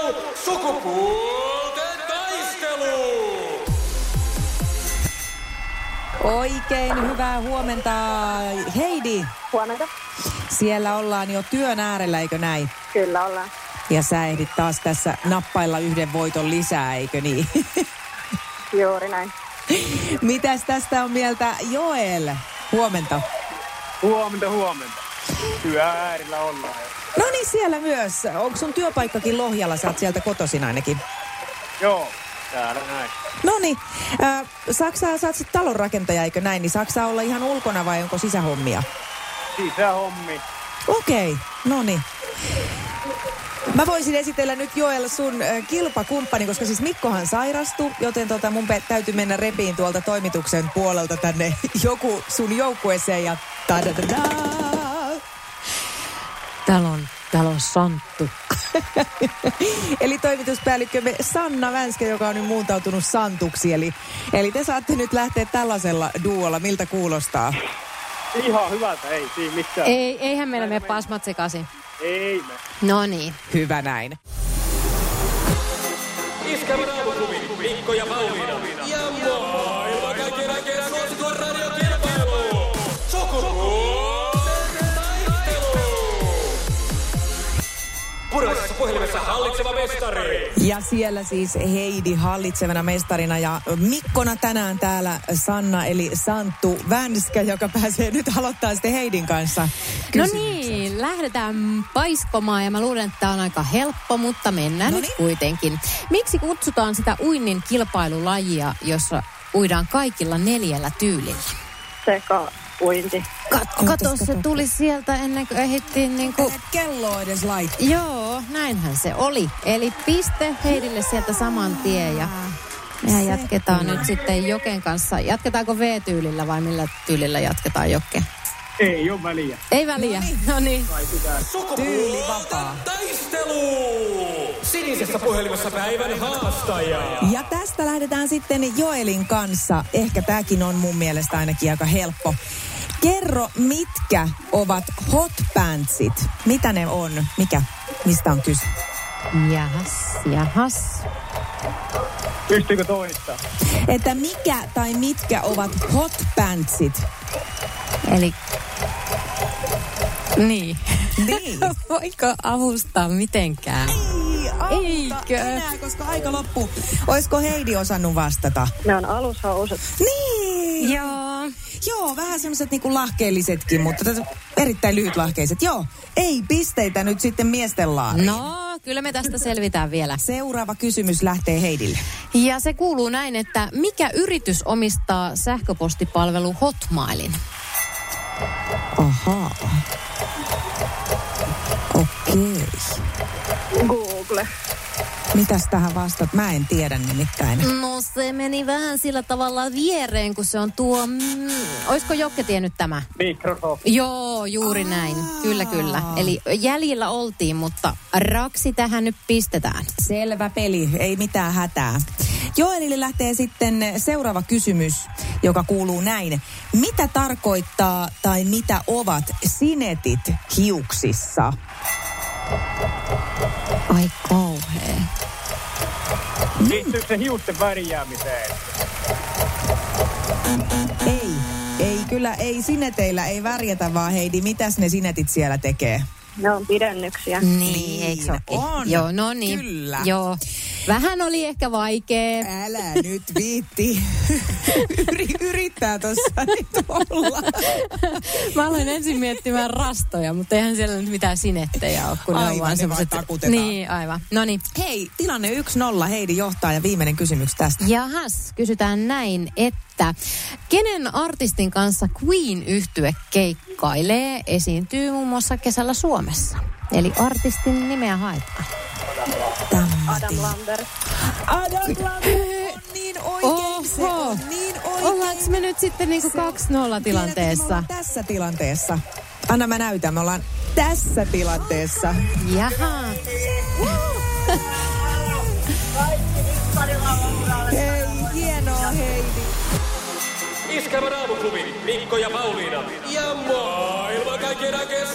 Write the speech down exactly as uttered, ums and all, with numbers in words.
taistelu, sukupuolten taistelu! Oikein hyvää huomenta, Heidi. Huomenta. Siellä ollaan jo työn äärellä, eikö näin? Kyllä ollaan. Ja sä ehdit taas tässä nappailla yhden voiton lisää, eikö niin? Juuri näin. Mitäs tästä on mieltä Joel? Huomenta. Huomenta, huomenta. Työ äärellä ollaan. No niin, siellä myös. Onko sun työpaikkakin Lohjalla? Sä oot sieltä kotoisin ainakin. Joo, täällä näin. No niin. Äh, Saksaa, sä oot sit talonrakentaja, eikö näin? Niin Saksaa olla ihan ulkona vai onko sisähommia? Sisähommi. Okei, okay, no niin. Mä voisin esitellä nyt Joel sun äh, kilpakumppani, koska siis Mikkohan sairastui, joten tota mun pe- täytyy mennä repiin tuolta toimituksen puolelta tänne joku sun joukkueeseen ja tadadadaa. Täällä on, täällä on Santtu. Eli toimituspäällikkömme Sanna Vänskä, joka on nyt muuntautunut Santuksi. Eli, eli te saatte nyt lähteä tällaisella duolla. Miltä kuulostaa? Ihan hyvältä, ei siinä mitään. Ei, eihän meillä mene pasmat sekaisin. Ei me. No niin. Hyvä näin. Iskävä Raamuklubi, Mikko ja Pauliina. Ja maailman kaikkien aikeen suosituen radiokilpailu. Sukupuolten taistelu. Puraisessa puhelimessa hallitseva mestari. Ja siellä siis Heidi hallitsevana mestarina ja Mikkona tänään täällä Sanna eli Santtu Vänskä, joka pääsee nyt aloittaa sitten Heidin kanssa kysymyksen. No niin, lähdetään paiskomaan ja mä luulen, että tää on aika helppo, mutta mennään Noniin. nyt kuitenkin. Miksi kutsutaan sitä uinnin kilpailulajia, jossa uidaan kaikilla neljällä tyylillä? Seka uinti. Kat- kato, se tuli sieltä ennen kuin ehdittiin niinku... Älä kello edes laittaa. Joo, näinhän se oli. Eli piste Heidille sieltä saman tien ja mehän jatketaan nyt sitten Joken kanssa. Jatketaanko V-tyylillä vai millä tyylillä jatketaan Jokke? Ei ole väliä. Ei väliä. No niin. Sukupuolten taistelu. Sinisessä puhelimessa päivän haastaja. Ja tästä lähdetään sitten Joelin kanssa. Ehkä tämäkin on mun mielestä ainakin aika helppo. Kerro, mitkä ovat hot pantsit? Mitä ne on? Mikä? Mistä on kyse? Jahas, jahas. Pystyykö toistaa? Että mikä tai mitkä ovat hot pantsit? Eli... Niin. Niin. Voiko avustaa mitenkään? Ei auta Eikö? enää, koska aika loppu. Oisko Heidi osannut vastata? Ne on alushousut. Niin. Joo. Joo, vähän semmoiset niinku lahkeellisetkin, mutta tätä erittäin lyhytlahkeiset. Joo, ei pisteitä nyt sitten miesten laariin. No, kyllä me tästä selvitään vielä. Seuraava kysymys lähtee Heidille. Ja se kuuluu näin, että mikä yritys omistaa sähköpostipalvelu Hotmailin? Ahaa. Okei. Google. Mitäs tähän vastaat? Mä en tiedä nimittäin. No se meni vähän sillä tavalla viereen, kun se on tuo... Mm, oisko Jokke tiennyt tämä? Microsoft. Joo, juuri näin. Kyllä, kyllä. Eli jäljellä oltiin, mutta raksi tähän nyt pistetään. Selvä peli, ei mitään hätää. Joelille lähtee sitten seuraava kysymys, joka kuuluu näin. Mitä tarkoittaa tai mitä ovat sinetit hiuksissa? Ai kauhea. Liittyykö se hiusten värjäämiseen? Ei, ei kyllä, ei sineteillä, ei värjätä vaan Heidi. Mitäs ne sinetit siellä tekee? Ne on pidennyksiä. Niin, eikö se olekin? on. Joo, no niin. Kyllä. Joo. Vähän oli ehkä vaikea. Älä nyt viitti. Yri, yrittää tossa nyt olla. Mä aloin ensin miettimään rastoja, mutta eihän siellä nyt mitään sinettejä ole, kun Aivan, ne on vaan ne semmoiset... vaan takutetaan. Niin, aivan. No niin. Hei, tilanne yksi nolla. Heidi johtaa ja viimeinen kysymys tästä. Jahas, kysytään näin, että kenen artistin kanssa Queen-yhtye keikkailee, esiintyy muun muassa kesällä Suomessa? Eli artistin nimeä haetaan. Adam Lambert. Adam Lambert on niin oikein. Se on niin oikein. Ollaanko me nyt sitten niinku kaksi nolla tilanteessa? Tiedätkö, me ollaan tässä tilanteessa. Anna mä näytän, me ollaan tässä tilanteessa. Jaha. Hei, hienoa Heidi. Iskävä Raamuklubi, Mikko ja Pauliina. Ja maailman kaikkien aikeen